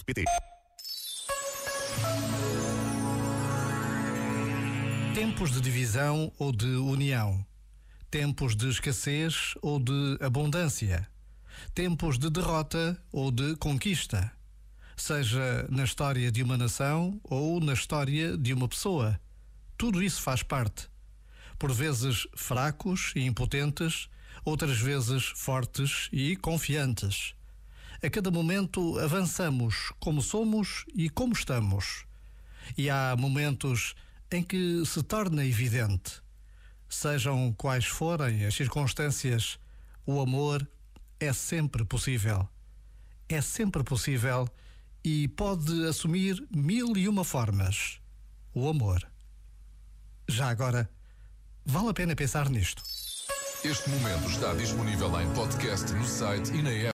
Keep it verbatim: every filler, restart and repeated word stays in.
ponto pt. Tempos de divisão ou de união. Tempos de escassez ou de abundância. Tempos de derrota ou de conquista. Seja na história de uma nação ou na história de uma pessoa. Tudo isso faz parte. Por vezes fracos e impotentes, outras vezes fortes e confiantes. A cada momento avançamos como somos e como estamos. E há momentos em que se torna evidente. Sejam quais forem as circunstâncias, o amor é sempre possível. É sempre possível e pode assumir mil e uma formas. O amor. Já agora, vale a pena pensar nisto. Este momento está disponível em podcast no site e na app.